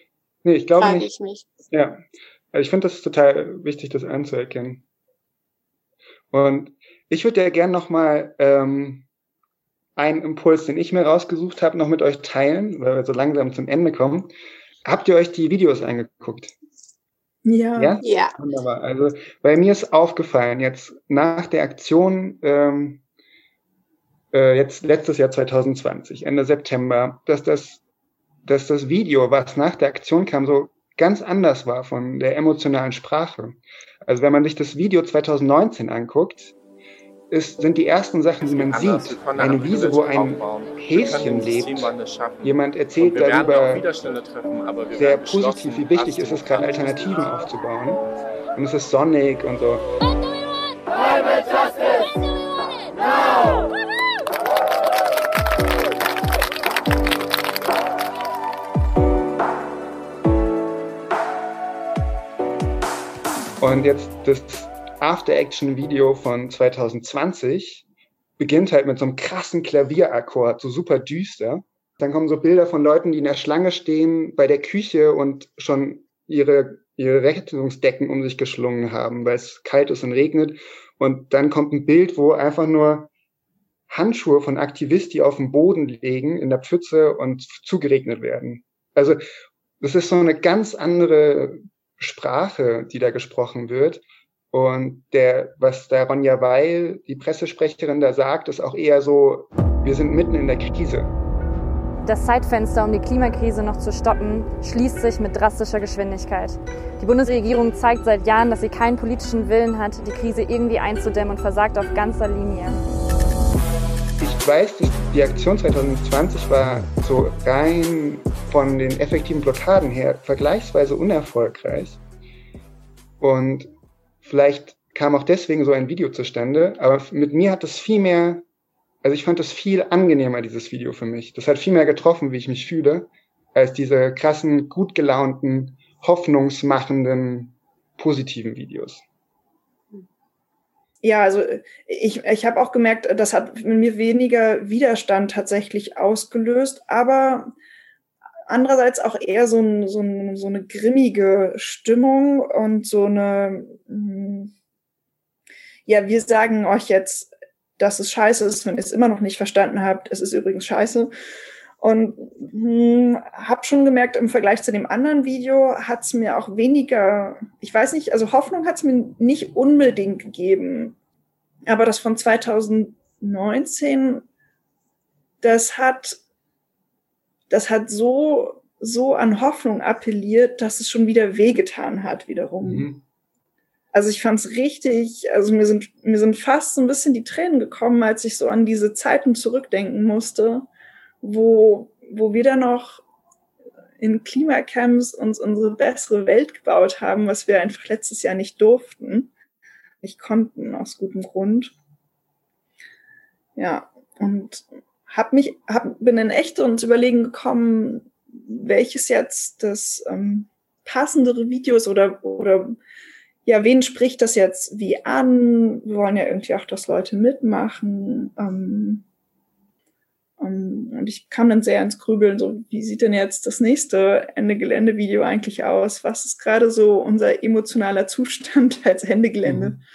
Nee, ich glaube frage nicht. ich mich. Ja, also ich finde das ist total wichtig, das anzuerkennen. Und ich würde ja gern nochmal ähm, einen Impuls, den ich mir rausgesucht habe, noch mit euch teilen, weil wir so langsam zum Ende kommen. Habt ihr euch die Videos angeguckt? Ja. Ja? Ja. Wunderbar. Also bei mir ist aufgefallen, jetzt nach der Aktion, ähm, äh, jetzt letztes Jahr zwanzig zwanzig, Ende September, dass das, dass das Video, was nach der Aktion kam, so ganz anders war von der emotionalen Sprache. Also wenn man sich das Video zwanzig neunzehn anguckt, ist, sind die ersten Sachen, die man sieht, eine Wiese, wo ein Häschen lebt. Jemand erzählt darüber sehr positiv, wie wichtig ist es gerade, Alternativen aufzubauen. Und es ist sonnig und so. Und jetzt das After-Action-Video von zwanzig zwanzig beginnt halt mit so einem krassen Klavierakkord, so super düster. Dann kommen so Bilder von Leuten, die in der Schlange stehen bei der Küche und schon ihre, ihre Rettungsdecken um sich geschlungen haben, weil es kalt ist und regnet. Und dann kommt ein Bild, wo einfach nur Handschuhe von Aktivisten auf dem Boden liegen, in der Pfütze und zugeregnet werden. Also das ist so eine ganz andere Sprache, die da gesprochen wird. Und der, was da Ronja Weil, die Pressesprecherin, da sagt, ist auch eher so, wir sind mitten in der Krise. Das Zeitfenster, um die Klimakrise noch zu stoppen, schließt sich mit drastischer Geschwindigkeit. Die Bundesregierung zeigt seit Jahren, dass sie keinen politischen Willen hat, die Krise irgendwie einzudämmen und versagt auf ganzer Linie. Ich weiß, die Aktion zwanzig zwanzig war so rein von den effektiven Blockaden her vergleichsweise unerfolgreich. Und vielleicht kam auch deswegen so ein Video zustande, aber mit mir hat es viel mehr, also ich fand es viel angenehmer, dieses Video für mich. Das hat viel mehr getroffen, wie ich mich fühle, als diese krassen, gut gelaunten, hoffnungsmachenden, positiven Videos. Ja, also ich, ich habe auch gemerkt, das hat mit mir weniger Widerstand tatsächlich ausgelöst, aber andererseits auch eher so, ein, so, ein, so eine grimmige Stimmung und so eine, ja, wir sagen euch jetzt, dass es scheiße ist, wenn ihr es immer noch nicht verstanden habt. Es ist übrigens scheiße. Und hm, habe schon gemerkt, im Vergleich zu dem anderen Video hat es mir auch weniger, ich weiß nicht, also Hoffnung hat es mir nicht unbedingt gegeben. Aber das von zwanzig neunzehn, das hat, das hat so, so an Hoffnung appelliert, dass es schon wieder wehgetan hat wiederum. Mhm. Also ich fand es richtig, also mir sind, mir sind fast so ein bisschen die Tränen gekommen, als ich so an diese Zeiten zurückdenken musste, wo, wo wir dann noch in Klimacamps uns unsere bessere Welt gebaut haben, was wir einfach letztes Jahr nicht durften, nicht konnten, aus gutem Grund. Ja, und hab mich, hab, bin in echt ins Überlegen gekommen, welches jetzt das ähm, passendere Video ist oder, oder ja, wen spricht das jetzt wie an? Wir wollen ja irgendwie auch, dass Leute mitmachen. Ähm, um, und ich kam dann sehr ins Grübeln, so wie sieht denn jetzt das nächste Ende-Gelände-Video eigentlich aus? Was ist gerade so unser emotionaler Zustand als Ende-Gelände? Mhm.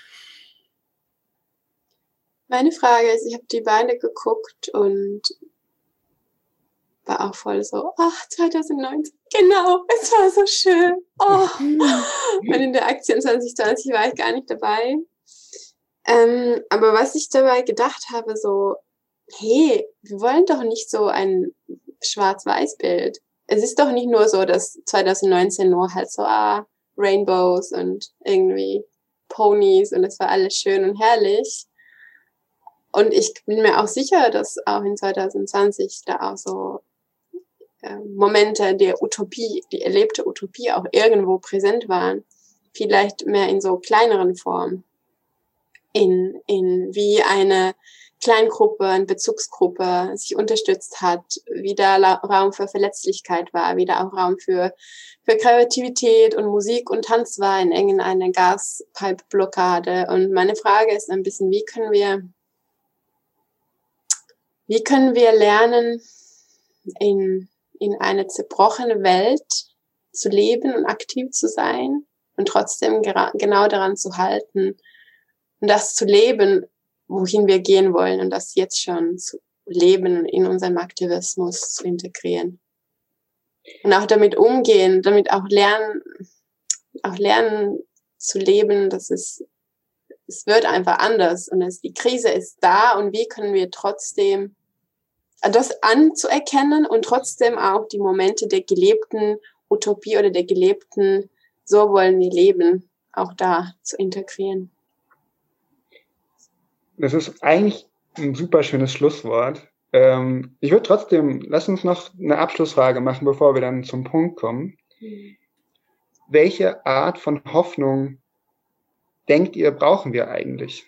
Meine Frage ist, ich habe die beide geguckt und war auch voll so, ach, zwanzig neunzehn, genau, es war so schön. Oh. Und in der Aktion zwanzig zwanzig war ich gar nicht dabei. Ähm, aber was ich dabei gedacht habe, so, hey, wir wollen doch nicht so ein Schwarz-Weiß-Bild. Es ist doch nicht nur so, dass zwanzig neunzehn nur halt so, ah, Rainbows und irgendwie Ponys und es war alles schön und herrlich. Und ich bin mir auch sicher, dass auch in zwanzig zwanzig da auch so Momente der Utopie, die erlebte Utopie auch irgendwo präsent waren. Vielleicht mehr in so kleineren Formen. In, in wie eine Kleingruppe, eine Bezugsgruppe sich unterstützt hat, wie da Raum für Verletzlichkeit war, wie da auch Raum für, für Kreativität und Musik und Tanz war in irgendeiner Gaspipe-Blockade. Und meine Frage ist ein bisschen, wie können wir, wie können wir lernen, in in eine zerbrochene Welt zu leben und aktiv zu sein und trotzdem gera- genau daran zu halten und das zu leben, wohin wir gehen wollen und das jetzt schon zu leben und in unserem Aktivismus zu integrieren. Und auch damit umgehen, damit auch lernen, auch lernen zu leben, dass es, es wird einfach anders und es, die Krise ist da und wie können wir trotzdem das anzuerkennen und trotzdem auch die Momente der gelebten Utopie oder der gelebten, so wollen wir leben, auch da zu integrieren. Das ist eigentlich ein super schönes Schlusswort. Ähm, ich würde trotzdem, lass uns noch eine Abschlussfrage machen, bevor wir dann zum Punkt kommen. Mhm. Welche Art von Hoffnung denkt ihr, brauchen wir eigentlich?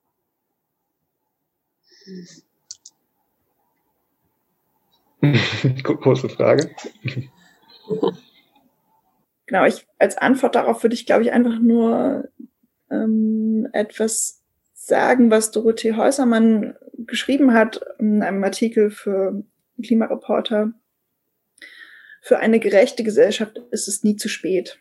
Große Frage. Genau, ich als Antwort darauf würde ich, glaube ich, einfach nur ähm, etwas sagen, was Dorothee Häusermann geschrieben hat in einem Artikel für Klimareporter. Für eine gerechte Gesellschaft ist es nie zu spät.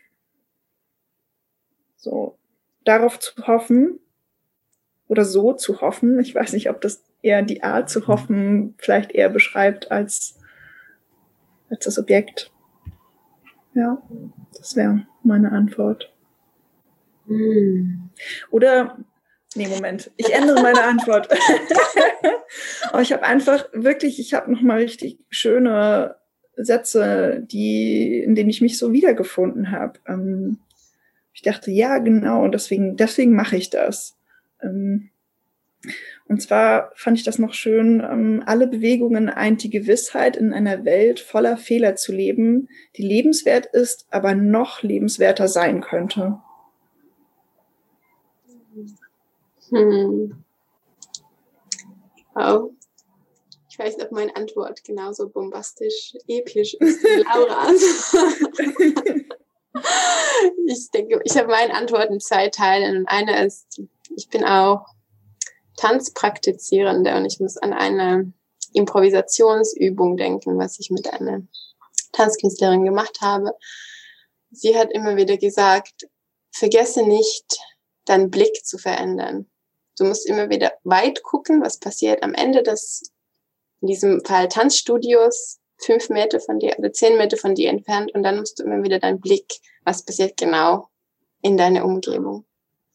So, darauf zu hoffen oder so zu hoffen, ich weiß nicht, ob das eher die Art zu hoffen vielleicht eher beschreibt als, als das Objekt. Ja, das wäre meine Antwort. Hm. Oder, nee, Moment, ich ändere meine Antwort. Aber ich habe einfach wirklich, ich habe nochmal richtig schöne Sätze, die, in denen ich mich so wiedergefunden habe. Ähm, ich dachte, ja, genau, und deswegen, deswegen mache ich das. Ähm, und zwar fand ich das noch schön, ähm, alle Bewegungen eint die Gewissheit, in einer Welt voller Fehler zu leben, die lebenswert ist, aber noch lebenswerter sein könnte. Hm. Wow. Ich weiß nicht, ob meine Antwort genauso bombastisch, episch ist wie Laura's. Ich denke, ich habe meine Antwort in zwei Teilen. Und eine ist, ich bin auch Tanzpraktizierende und ich muss an eine Improvisationsübung denken, was ich mit einer Tanzkünstlerin gemacht habe. Sie hat immer wieder gesagt, vergesse nicht, deinen Blick zu verändern. Du musst immer wieder weit gucken, was passiert am Ende des, in diesem Fall Tanzstudios, fünf Meter von dir oder zehn Meter von dir entfernt, und dann musst du immer wieder deinen Blick, was passiert genau in deiner Umgebung.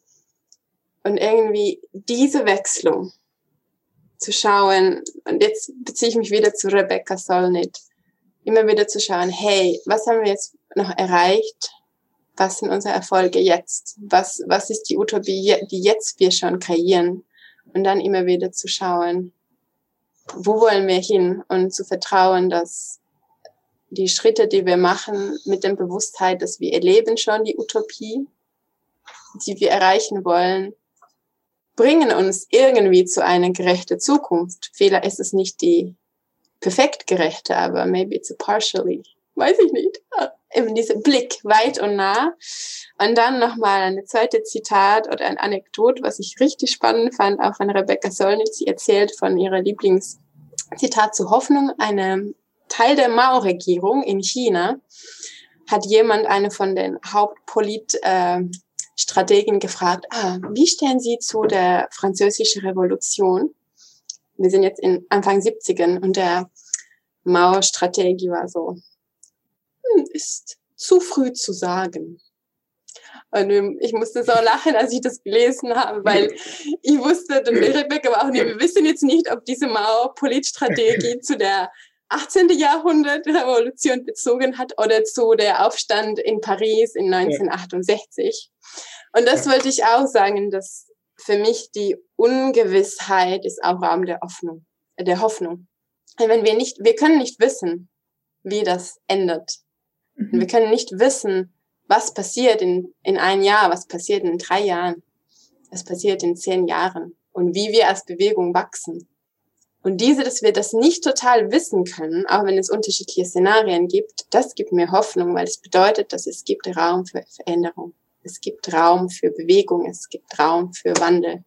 Und irgendwie diese Wechselung zu schauen, und jetzt beziehe ich mich wieder zu Rebecca Solnit, immer wieder zu schauen, hey, was haben wir jetzt noch erreicht? Was sind unsere Erfolge jetzt? Was, was ist die Utopie, die jetzt wir schon kreieren? Und dann immer wieder zu schauen, wo wollen wir hin? Und zu vertrauen, dass die Schritte, die wir machen, mit der Bewusstheit, dass wir erleben schon die Utopie, die wir erreichen wollen, bringen uns irgendwie zu einer gerechten Zukunft. Vielleicht ist es nicht die perfekt gerechte, aber maybe it's a partially. Weiß ich nicht. Eben dieser Blick weit und nah. Und dann nochmal eine zweite Zitat oder eine Anekdote, was ich richtig spannend fand, auch von Rebecca Solnit. Sie erzählt von ihrer Lieblingszitat zur Hoffnung. Eine Teil der Mao-Regierung in China hat jemand, eine von den Hauptpolit-Strategen äh, gefragt, ah, wie stehen Sie zu der französischen Revolution? Wir sind jetzt in Anfang siebziger und der Mao-Strategie war so, ist zu früh zu sagen. Und ich musste so lachen, als ich das gelesen habe, weil ich wusste, und Rebecca war auch nicht, wir wissen jetzt nicht, ob diese Mao-Politstrategie zu der achtzehnten Jahrhundert-Revolution bezogen hat oder zu der Aufstand in Paris in neunzehnhundertachtundsechzig. Und das wollte ich auch sagen, dass für mich die Ungewissheit ist auch Raum der Hoffnung, der Hoffnung. Wenn wir nicht, wir können nicht wissen, wie das endet. Und wir können nicht wissen, was passiert in, in ein Jahr, was passiert in drei Jahren, was passiert in zehn Jahren und wie wir als Bewegung wachsen. Und diese, dass wir das nicht total wissen können, auch wenn es unterschiedliche Szenarien gibt, das gibt mir Hoffnung, weil es bedeutet, dass es gibt Raum für Veränderung. Es gibt Raum für Bewegung, es gibt Raum für Wandel.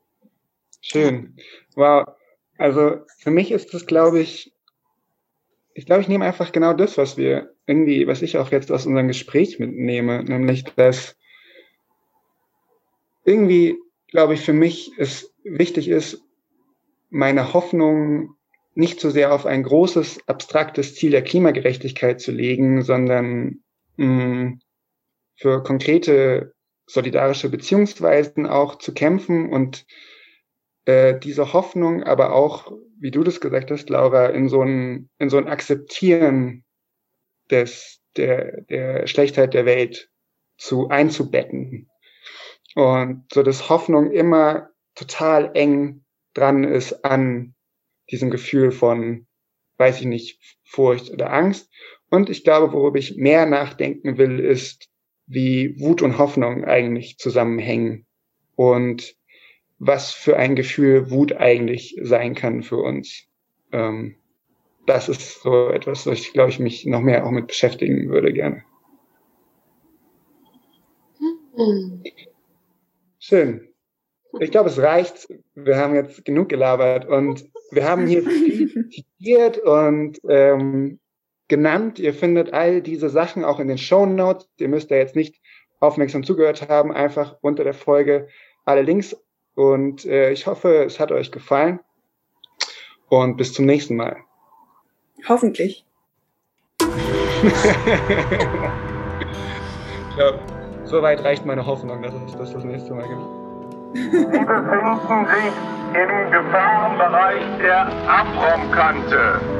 Schön. Wow. Also für mich ist das, glaube ich, ich glaube, ich nehme einfach genau das, was wir irgendwie, was ich auch jetzt aus unserem Gespräch mitnehme, nämlich, dass irgendwie, glaube ich, für mich es wichtig ist, meine Hoffnung nicht so sehr auf ein großes, abstraktes Ziel der Klimagerechtigkeit zu legen, sondern mh, für konkrete solidarische Beziehungsweisen auch zu kämpfen und äh, diese Hoffnung aber auch, wie du das gesagt hast, Laura, in so ein, in so ein Akzeptieren des, der, der Schlechtheit der Welt zu einzubetten. Und so, dass Hoffnung immer total eng dran ist an diesem Gefühl von, weiß ich nicht, Furcht oder Angst. Und ich glaube, worüber ich mehr nachdenken will, ist, wie Wut und Hoffnung eigentlich zusammenhängen und was für ein Gefühl Wut eigentlich sein kann für uns. Ähm, das ist so etwas, was ich, glaube ich, mich noch mehr auch mit beschäftigen würde gerne. Mhm. Schön. Ich glaube, es reicht. Wir haben jetzt genug gelabert und wir haben hier viel zitiert und ähm, genannt. Ihr findet all diese Sachen auch in den Shownotes. Ihr müsst da jetzt nicht aufmerksam zugehört haben, einfach unter der Folge alle Links. Und äh, ich hoffe, es hat euch gefallen. Und bis zum nächsten Mal. Hoffentlich. Ich glaube, soweit reicht meine Hoffnung, dass es das das nächste Mal gibt. Sie befinden sich im Gefahrenbereich der Abraumkante.